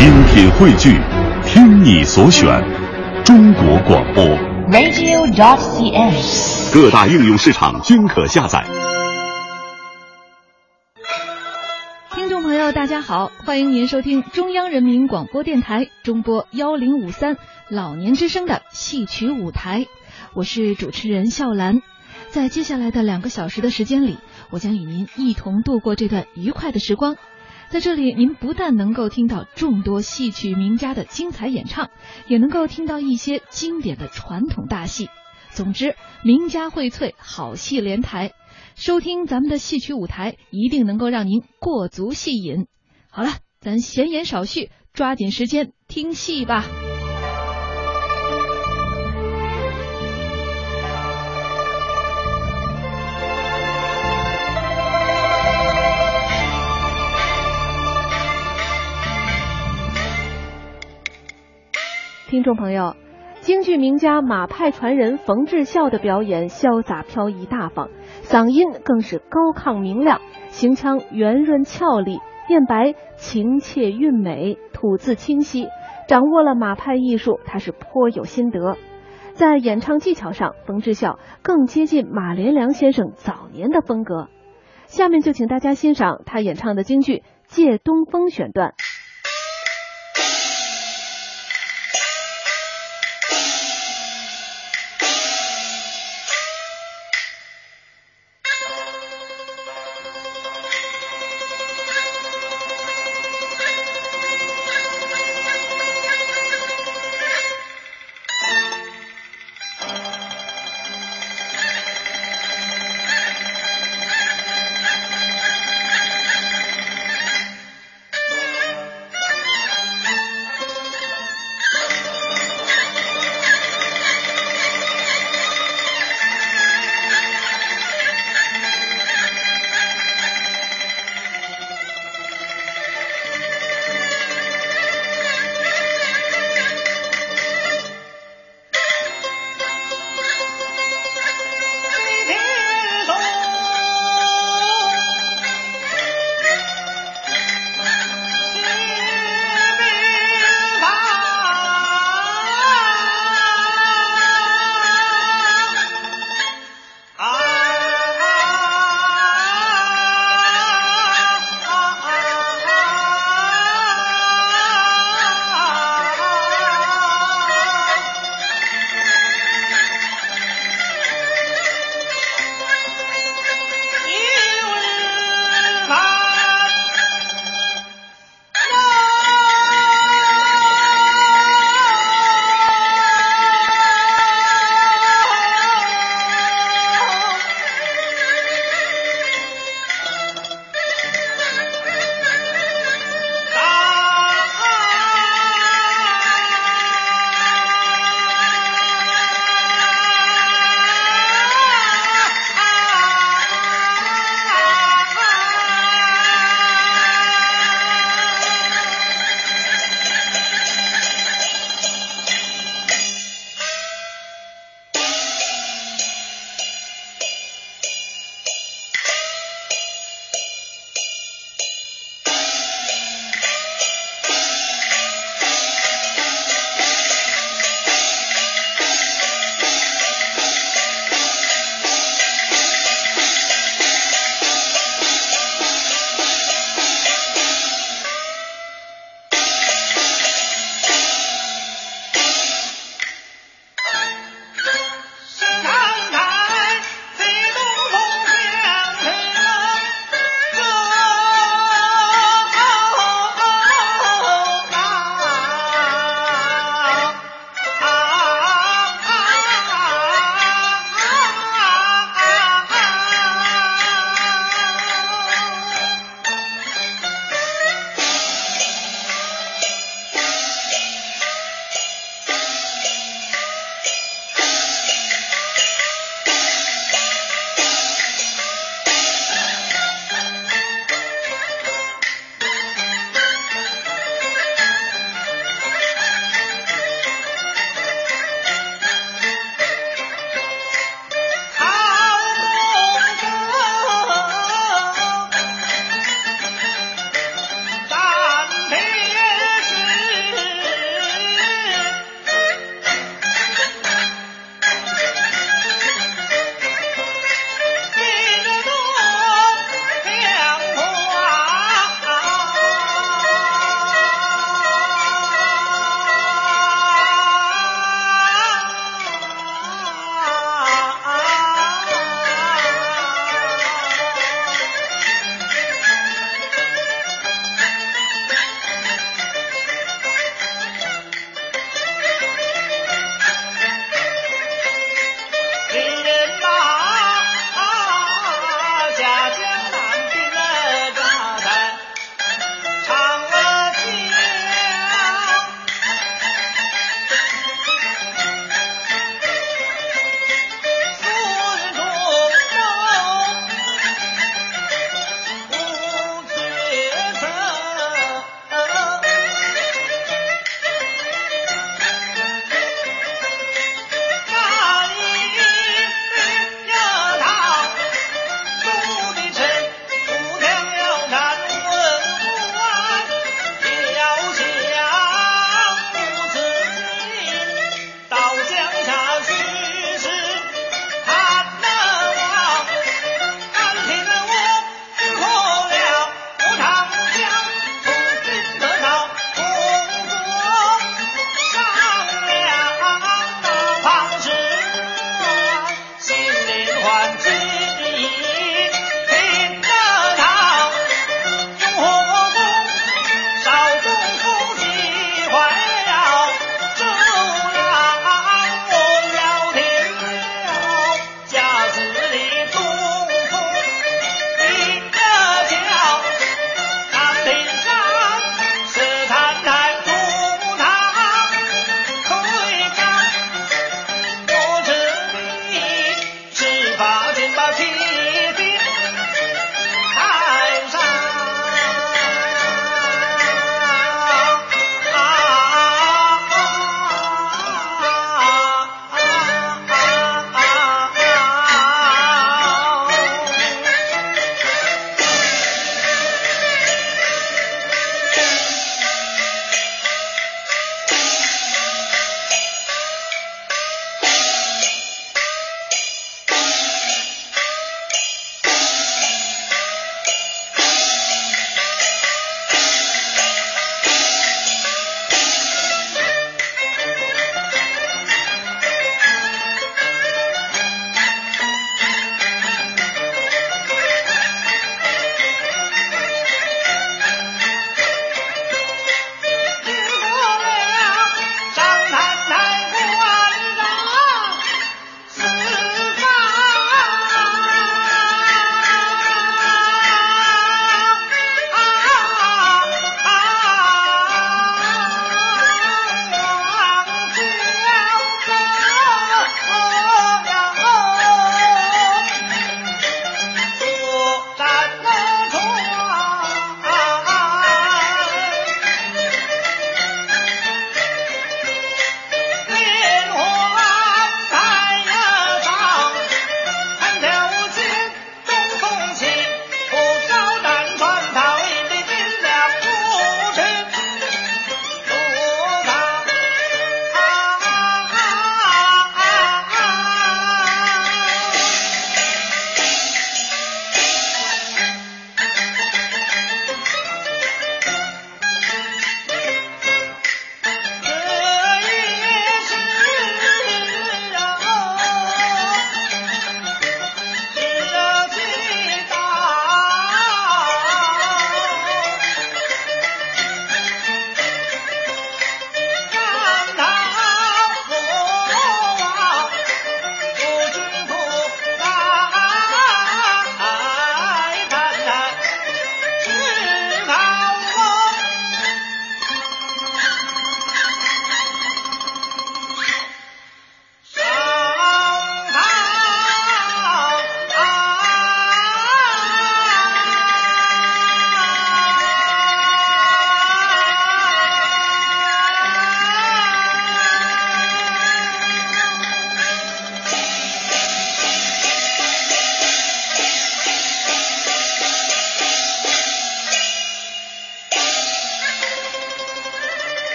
精品汇聚，听你所选，中国广播 radio.cn， 各大应用市场均可下载。 听众朋友大家好，欢迎您收听中央人民广播电台中波1053老年之声的戏曲舞台，我是主持人笑兰。在接下来的2个小时的时间里，我将与您一同度过这段愉快的时光。在这里，您不但能够听到众多戏曲名家的精彩演唱，也能够听到一些经典的传统大戏。总之，名家荟萃，好戏连台。收听咱们的戏曲舞台，一定能够让您过足戏瘾。好了，咱闲言少叙，抓紧时间听戏吧。听众朋友，京剧名家马派传人冯志孝的表演潇洒飘逸大方，嗓音更是高亢明亮，行腔圆润俏丽，念白情切韵美，吐字清晰，掌握了马派艺术，他是颇有心得。在演唱技巧上，冯志孝更接近马连良先生早年的风格。下面就请大家欣赏他演唱的京剧《借东风》选段。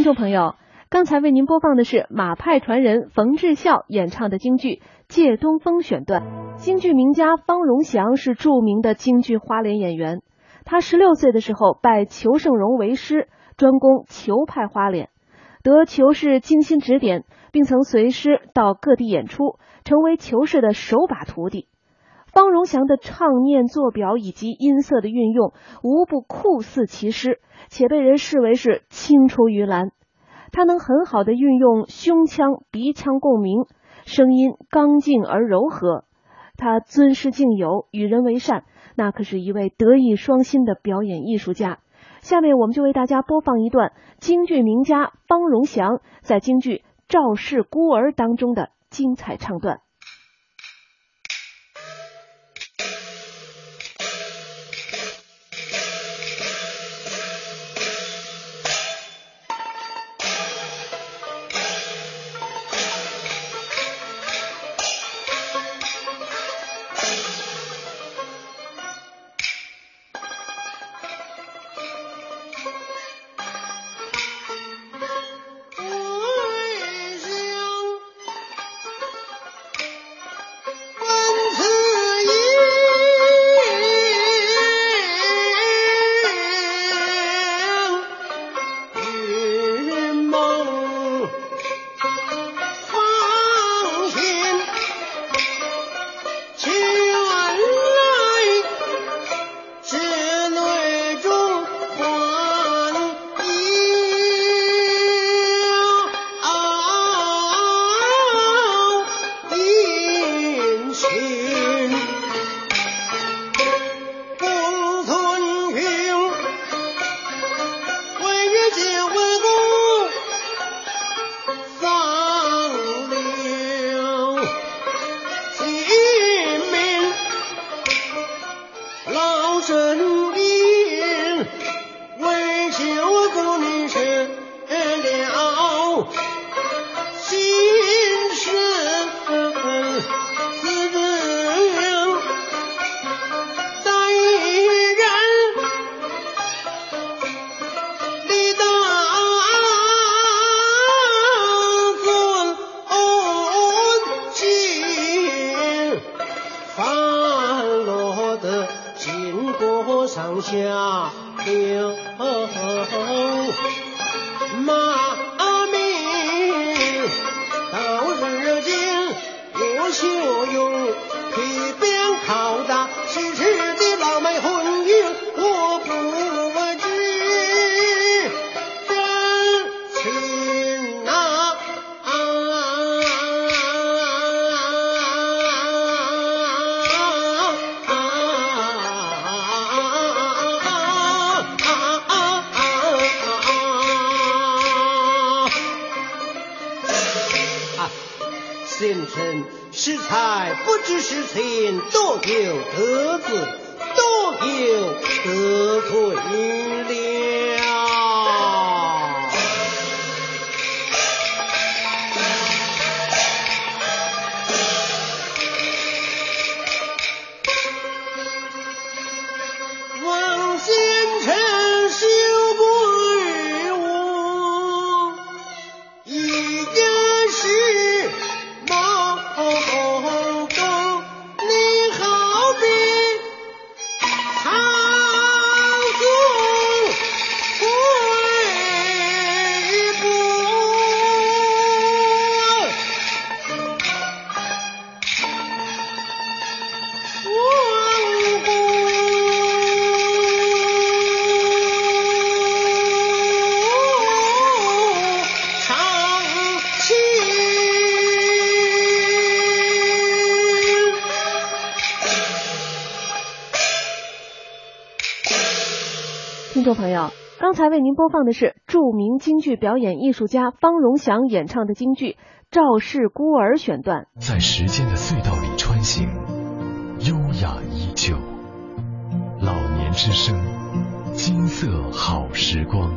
听众朋友，刚才为您播放的是马派传人冯志孝演唱的京剧《借东风》选段。京剧名家方荣祥是著名的京剧花脸演员，他16岁的时候拜裘盛戎为师，专攻裘派花脸，得裘氏精心指点，并曾随师到各地演出，成为裘氏的手把徒弟。方荣祥的唱念做表以及音色的运用无不酷似其师，且被人视为是青出于蓝。他能很好的运用胸腔鼻腔共鸣，声音刚劲而柔和。他尊师敬友，与人为善，那可是一位德艺双馨的表演艺术家。下面我们就为大家播放一段京剧名家方荣祥在京剧《赵氏孤儿》当中的精彩唱段。 先生识才不知是情，多有得罪，多有得罪了。王先生休怪我，一件事梦中，你好比长松回不。 听众朋友，刚才为您播放的是著名京剧表演艺术家方荣祥演唱的京剧《赵氏孤儿》选段。 在时间的隧道里穿行，优雅依旧，老年之声，金色好时光。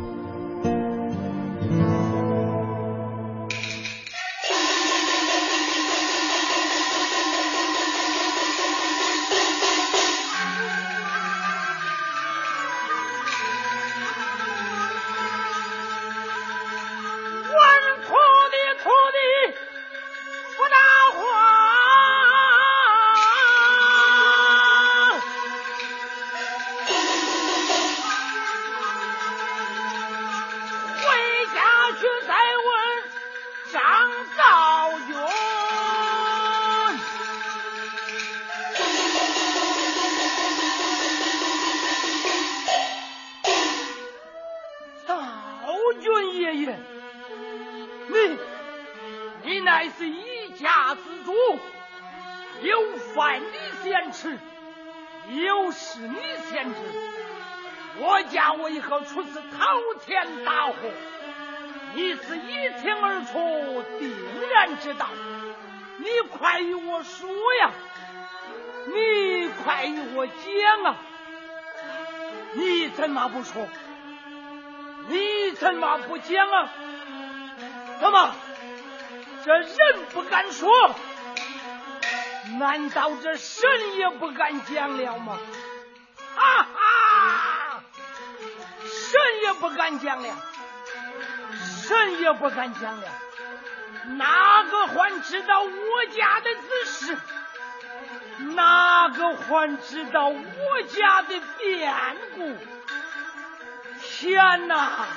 是一家之主，有饭你先吃，有事你先吃。我家为何出此滔天大祸？你是一清二楚，定然知道。你快与我说呀，你快与我讲啊！你怎么不说？你怎么不讲啊？怎么这人不敢说？难道这神也不敢讲了吗？哈哈，神也不敢讲了，神也不敢讲了。哪个还知道我家的子事？哪个还知道我家的变故？天哪，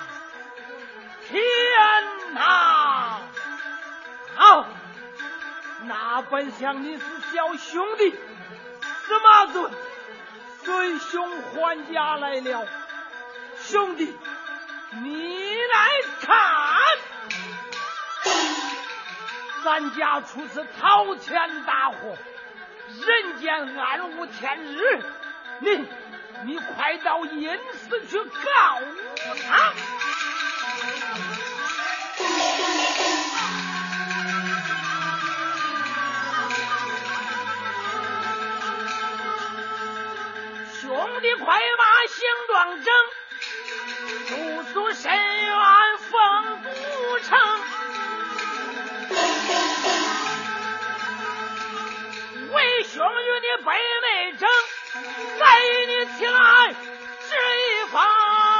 天哪！好，那本想你是小兄弟，司马尊随兄还家来了。兄弟，你来看，咱家出此滔天大祸，人间暗无天日，你快到阴司去告他。兄弟快把行状整，速速申冤奉不成。为兄与你北内争，再与你起来治一方。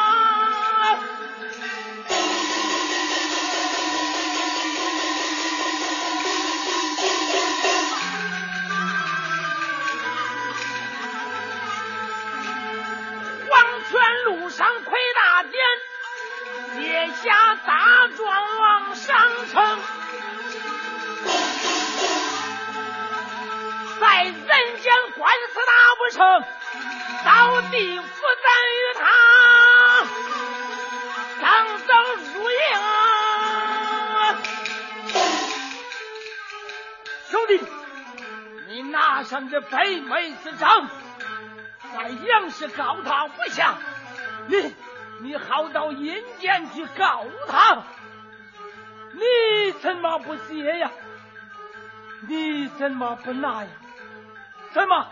黄泉路上魁大典，接下大状往上呈。在人间官司打不成，到地府咱与他等等输赢。兄弟，你拿上这北美之章，在阳世告他不下，你好到阴间去告他，你怎么不写呀？你怎么不拿呀？怎么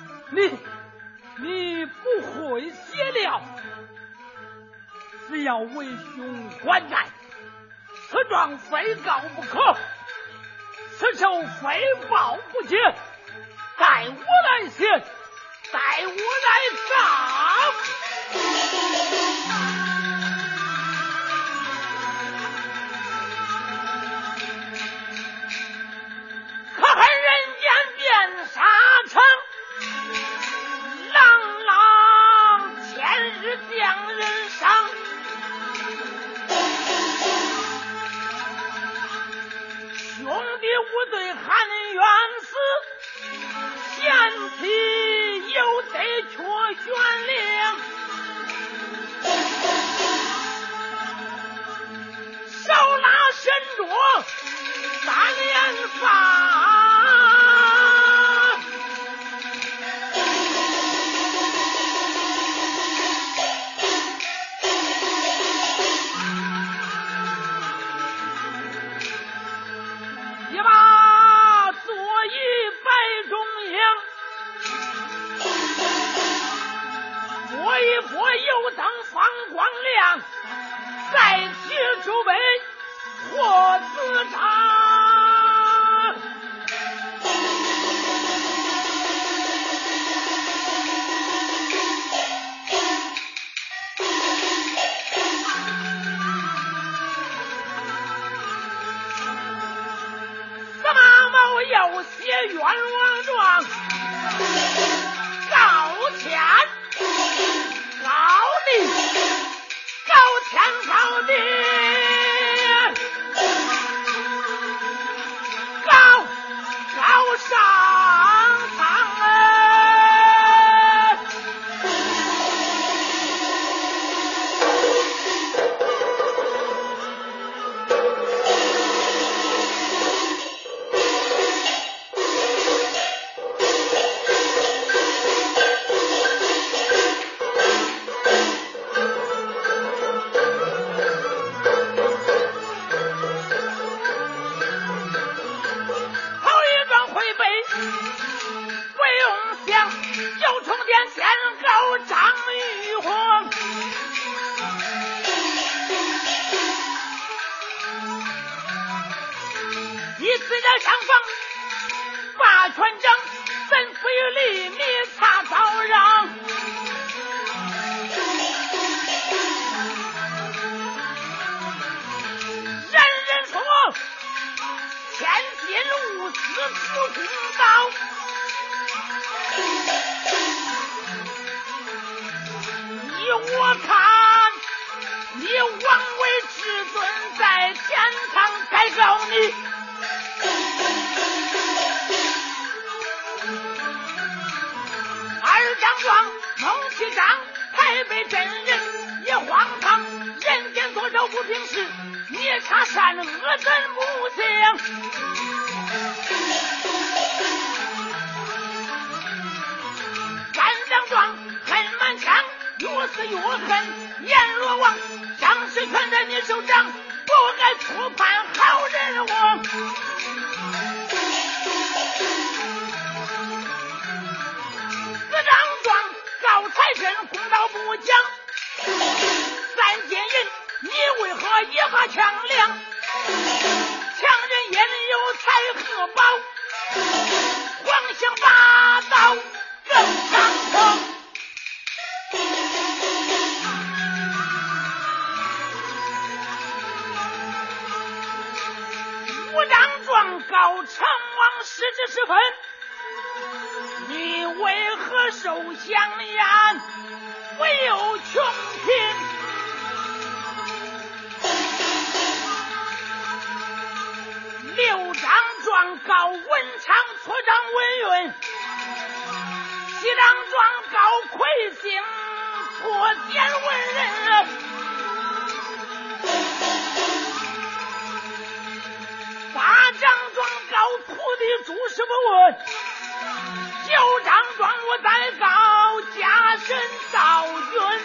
你不会写了？只要为兄还债，此状非告不可，此仇非报不结，待我来写，待我来告。可恨人间变沙城，朗朗千日将人伤。兄弟无罪含冤死，贤妻有罪却悬铃。手拿神镯三连发，一把座椅摆中央，拨一拨油灯放光亮，再提出杯或自茶。司马某又写冤枉状，告天告地，告天告地，告上苍死在上方，把权争，怎非离你擦早让？人人说千金无私不公道，依我看你枉为至尊，在天堂该告你。二张庄孟其章，台北真人也荒唐，人间多少不平事，你查善恶怎不行？三张庄恨满腔，越死越恨阎罗王，张世权在你手掌，不该触犯好人王。四张庄高财神公道不讲，三奸人你为何也把强梁？强人也有财和宝，妄想霸道更上头。五张庄高成王失之时分，你为何受香烟，唯有穷贫？六张庄高文昌错掌文运，七张庄高魁星错点文人，八张庄高土地诸事不问，九张庄我在高家神道君，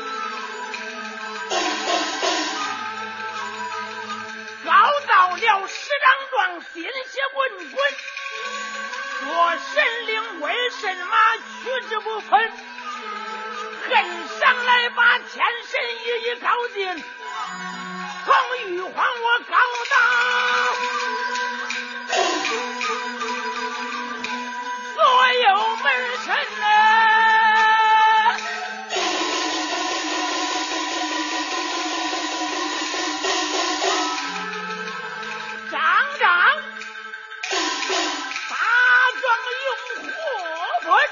高到了十张庄心血滚滚，我神灵为什么取之不分？恨上来把天神一一搞定，从玉皇我搞到所有门神张张大庄用火盆，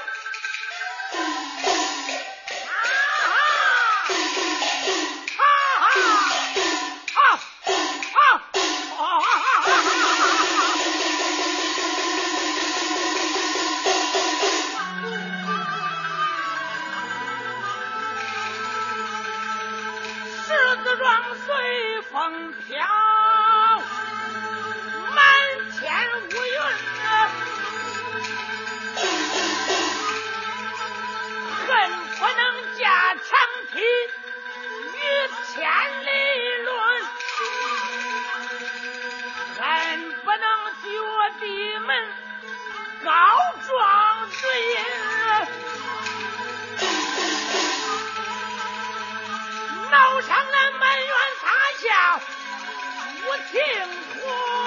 狮子庄随风飘，满天乌云，恨不能架长梯与千里论，恨不能绝地门高壮之音，闹上了满园撒下无情火。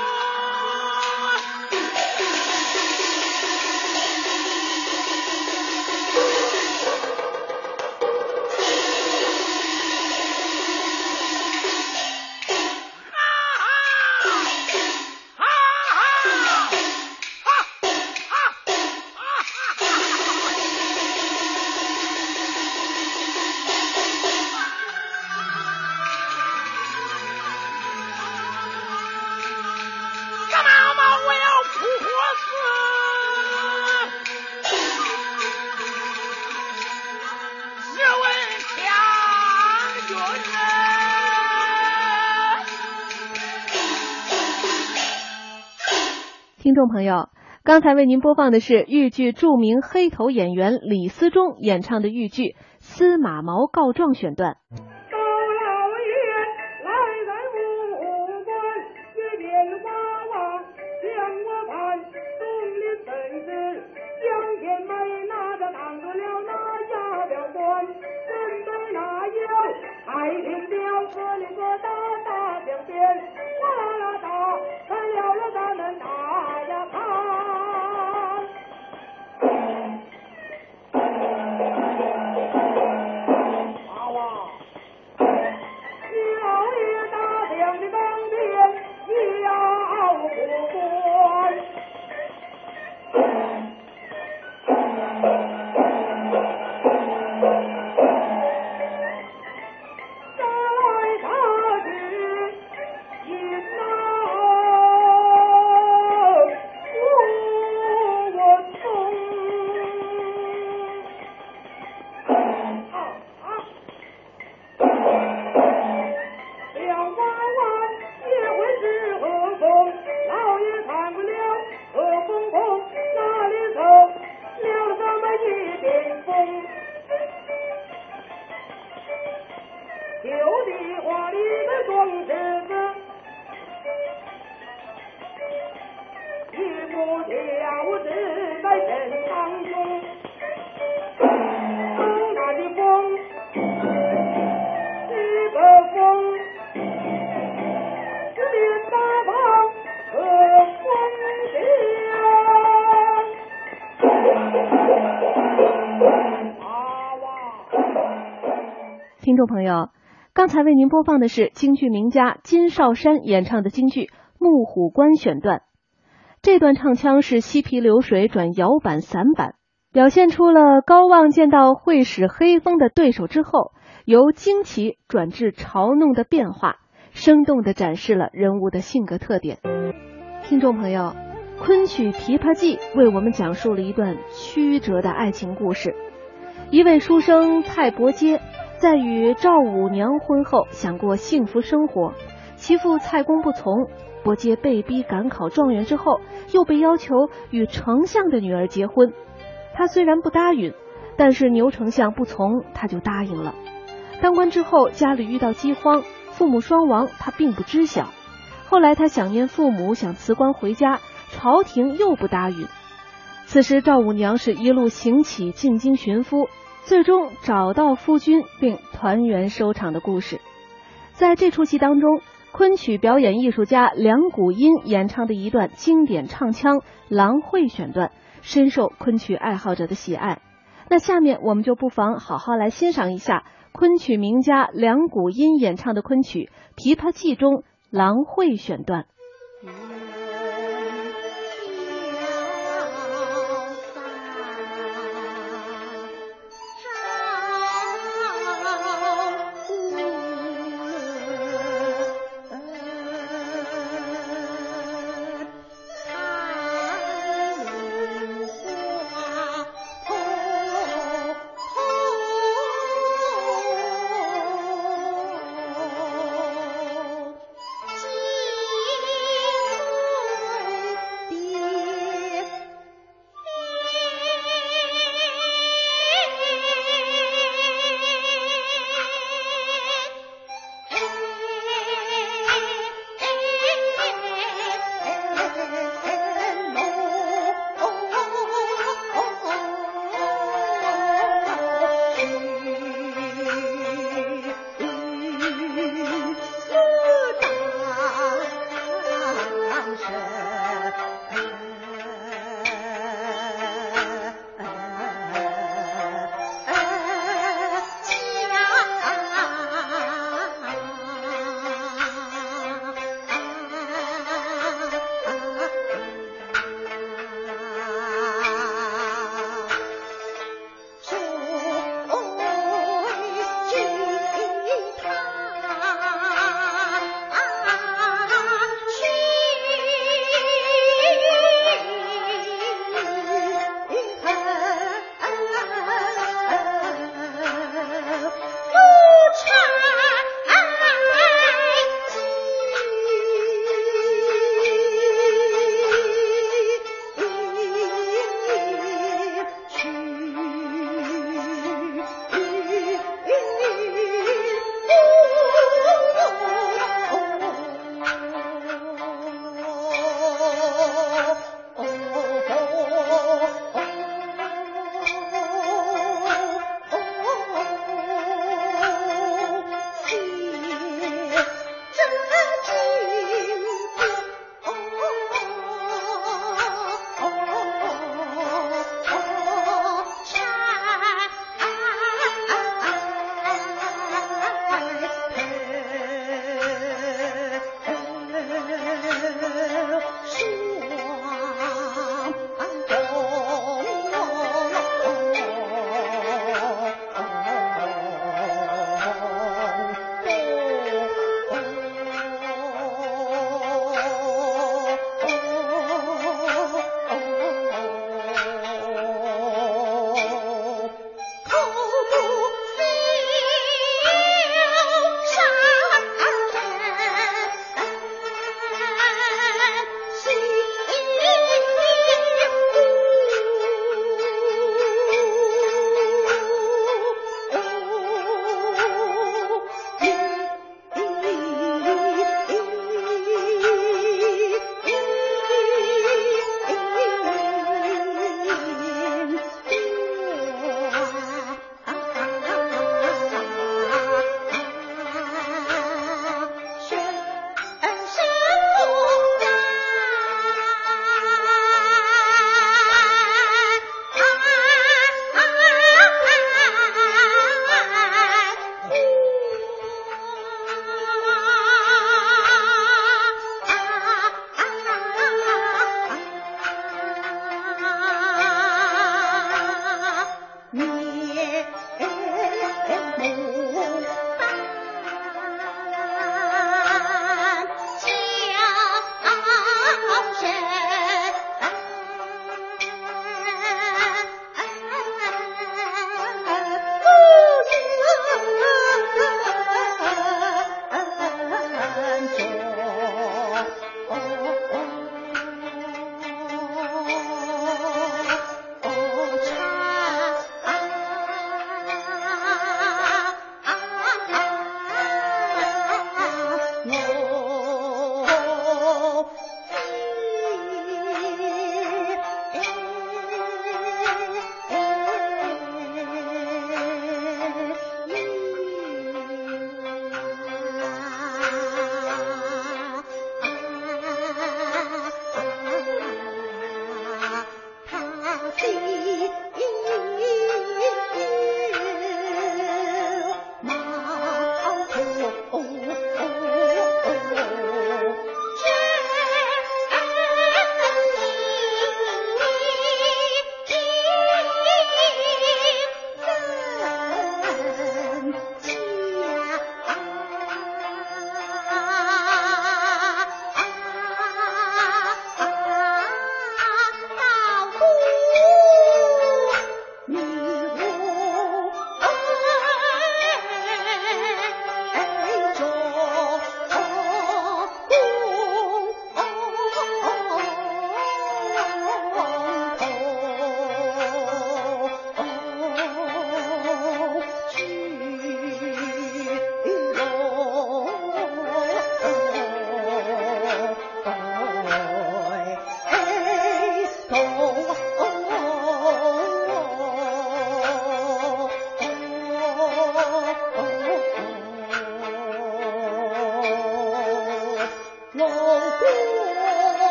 听众朋友，刚才为您播放的是豫剧著名黑头演员李思忠演唱的豫剧《司马毛告状》选段。 高老爷来在武关，也眼花花向我看，东林本是江天美，拿着挡住了那下表官，真对那有太平标，个里个大大两边，哗啦哒，翻了咱们大。 风之子，一幕调子在人当中，东南的风，西北风，四面八方和风响。 听众朋友，刚才为您播放的是京剧名家金少山演唱的京剧《木虎关》选段。这段唱腔是西皮流水转摇板散板，表现出了高望见到会使黑风的对手之后，由惊奇转至嘲弄的变化，生动地展示了人物的性格特点。听众朋友，昆曲《琵琶记》为我们讲述了一段曲折的爱情故事。一位书生蔡伯喈在与赵五娘婚后想过幸福生活，其父蔡公不从，伯喈被逼赶考状元之后，又被要求与丞相的女儿结婚。他虽然不答应，但是牛丞相不从，他就答应了。当官之后，家里遇到饥荒，父母双亡，他并不知晓。后来他想念父母，想辞官回家，朝廷又不答应。此时赵五娘是一路行乞进京寻夫，最终找到夫君并团圆收场的故事。在这出戏当中，昆曲表演艺术家梁谷音演唱的一段经典唱腔《郎会》选段，深受昆曲爱好者的喜爱。那下面我们就不妨好好来欣赏一下昆曲名家梁谷音演唱的昆曲《琵琶记》中《郎会》选段。 记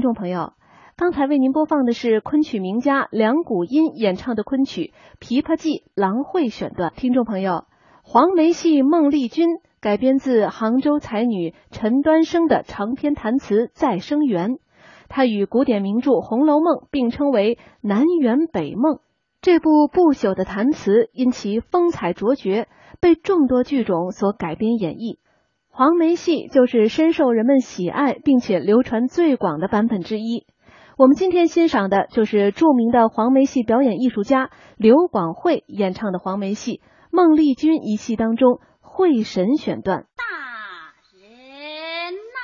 众朋友，刚才为您播放的是昆曲名家梁谷音演唱的昆曲《琵琶记·郎会》选段。听众朋友，黄梅戏《孟丽君》改编自杭州才女陈端生的长篇弹词《再生缘》，它与古典名著《红楼梦》并称为南园北梦。这部不朽的弹词因其风采卓绝，被众多剧种所改编演绎。黄梅戏就是深受人们喜爱并且流传最广的版本之一。我们今天欣赏的就是著名的黄梅戏表演艺术家刘广惠演唱的黄梅戏《孟丽君》一戏当中会神选段。 大人呐、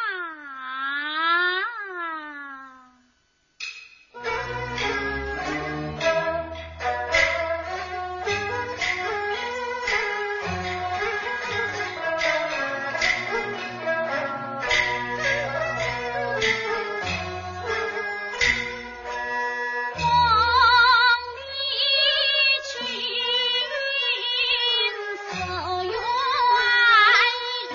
黄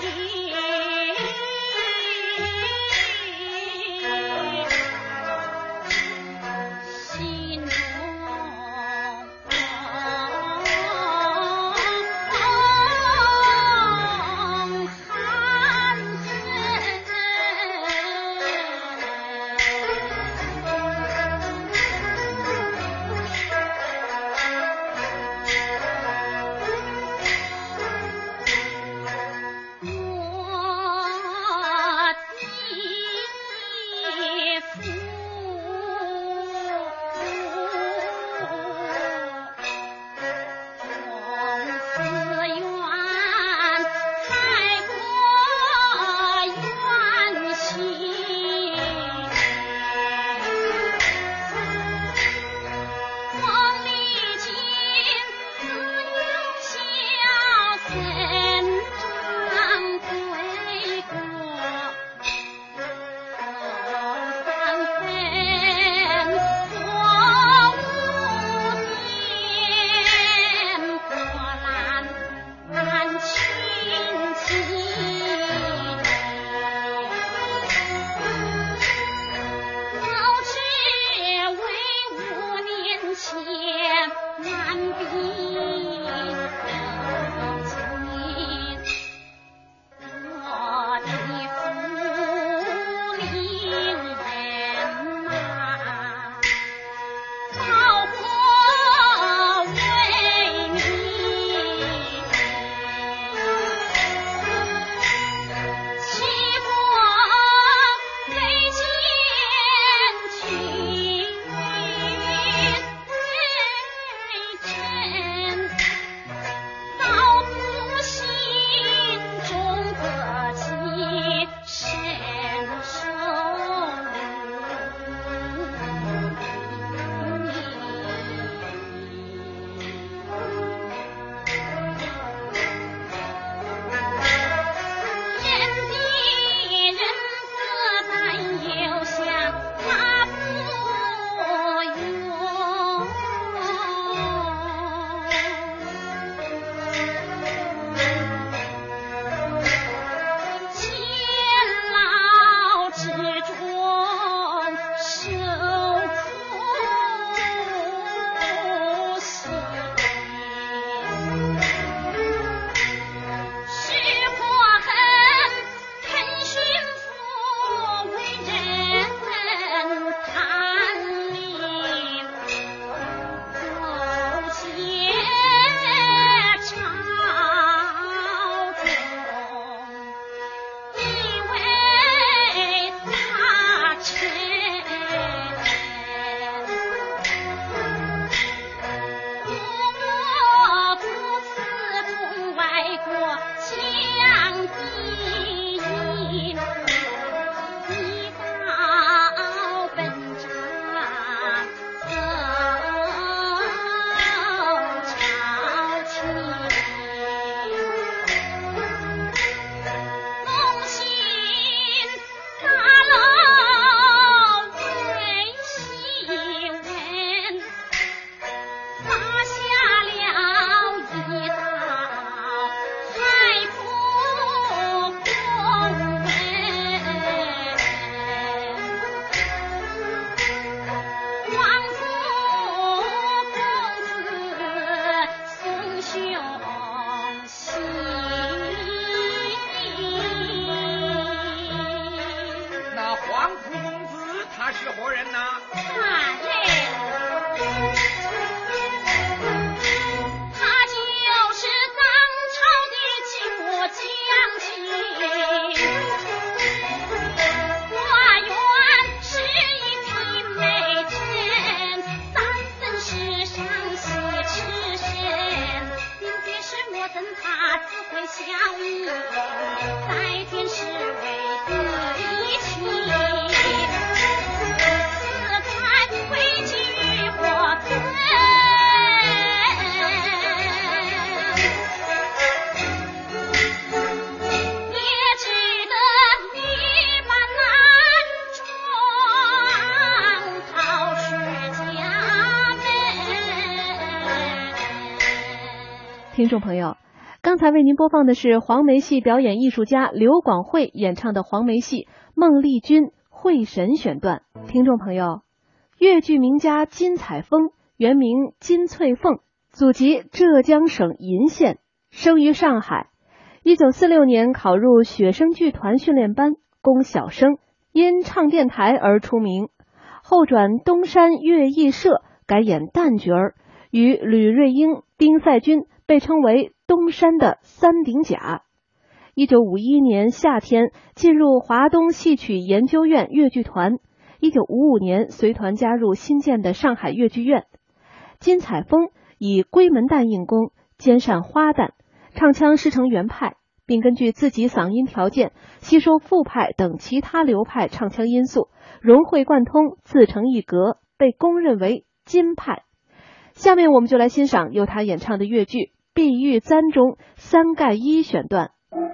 听众朋友，刚才为您播放的是黄梅戏表演艺术家刘广慧演唱的黄梅戏《孟丽君会神》选段。听众朋友，越剧名家金彩凤原名金翠凤，祖籍浙江省鄞县，生于上海。1946年考入雪声剧团训练班，供小生，因唱电台而出名，后转东山乐艺社改演旦角儿，与吕瑞英、丁赛君被称为东山的三顶甲。1951年夏天进入华东戏曲研究院越剧团，1955年随团加入新建的上海越剧院。金彩凤以闺门旦应功，兼善花旦，唱腔师承原派，并根据自己嗓音条件吸收副派等其他流派唱腔因素，融会贯通，自成一格，被公认为金派。下面我们就来欣赏由他演唱的越剧《碧玉簪》中三盖一选段。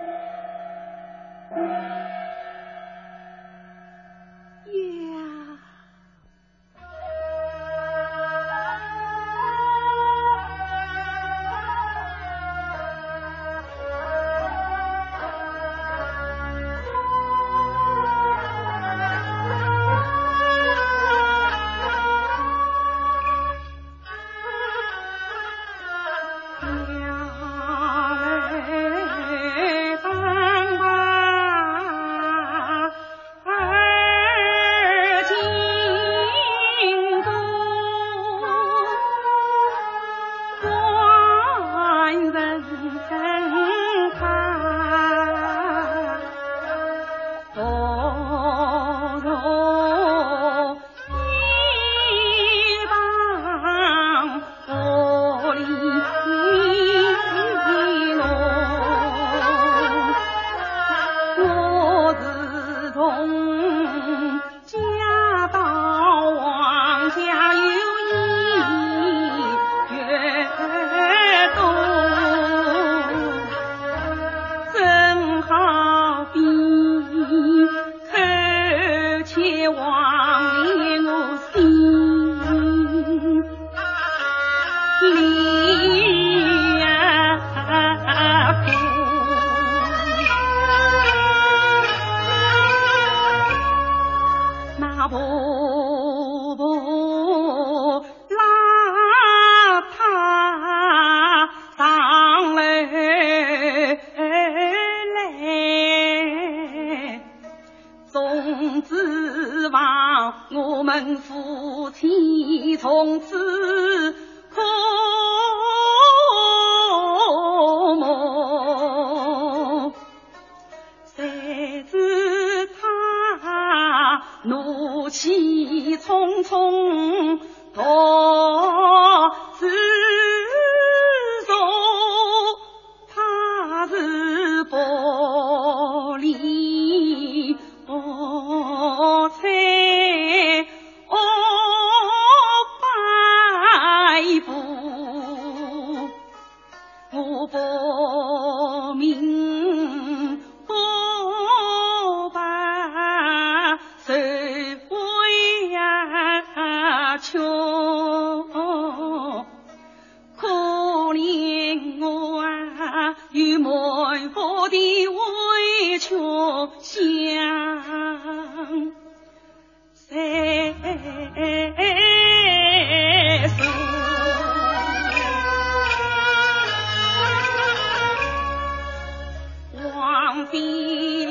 我们夫妻从此苦梦，谁知他怒气冲冲夺自走，他是玻璃我猜不明不白谁会求，可怜我与满腹的委屈相谁忘记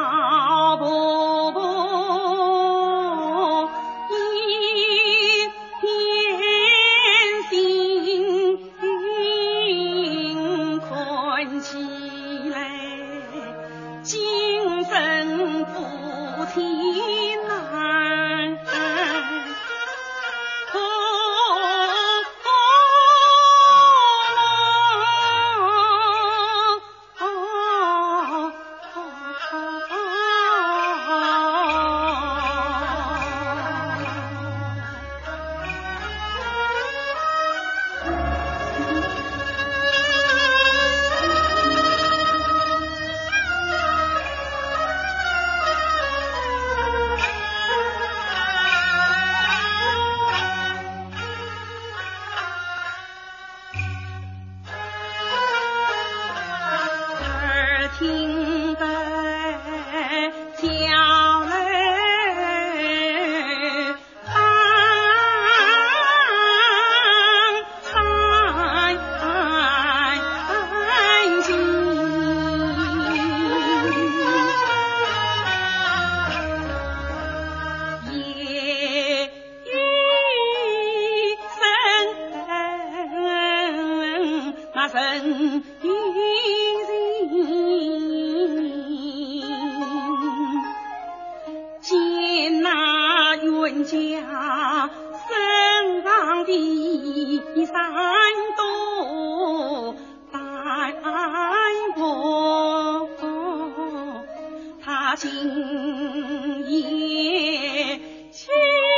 了婆婆一家身上的三朵白花，他今夜起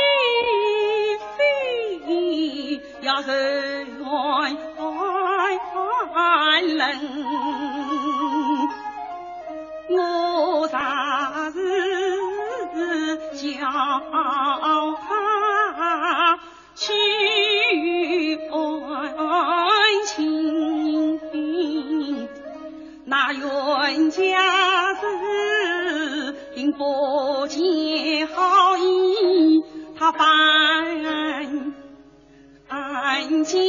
飞要人冷，我啥时叫他去爱情？那冤家是因不结好意，他犯奸。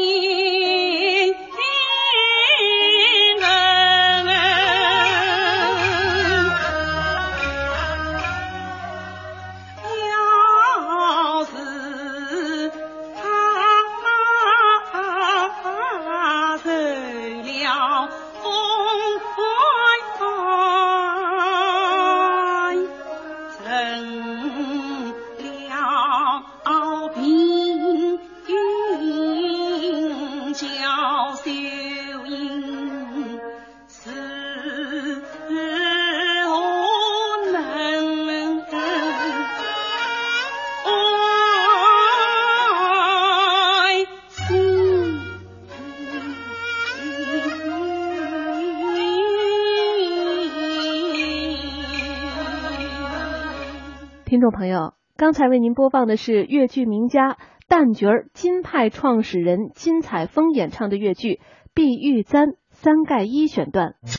听众朋友，刚才为您播放的是越剧名家旦角儿金派创始人金采风演唱的越剧《碧玉簪三盖一》选段。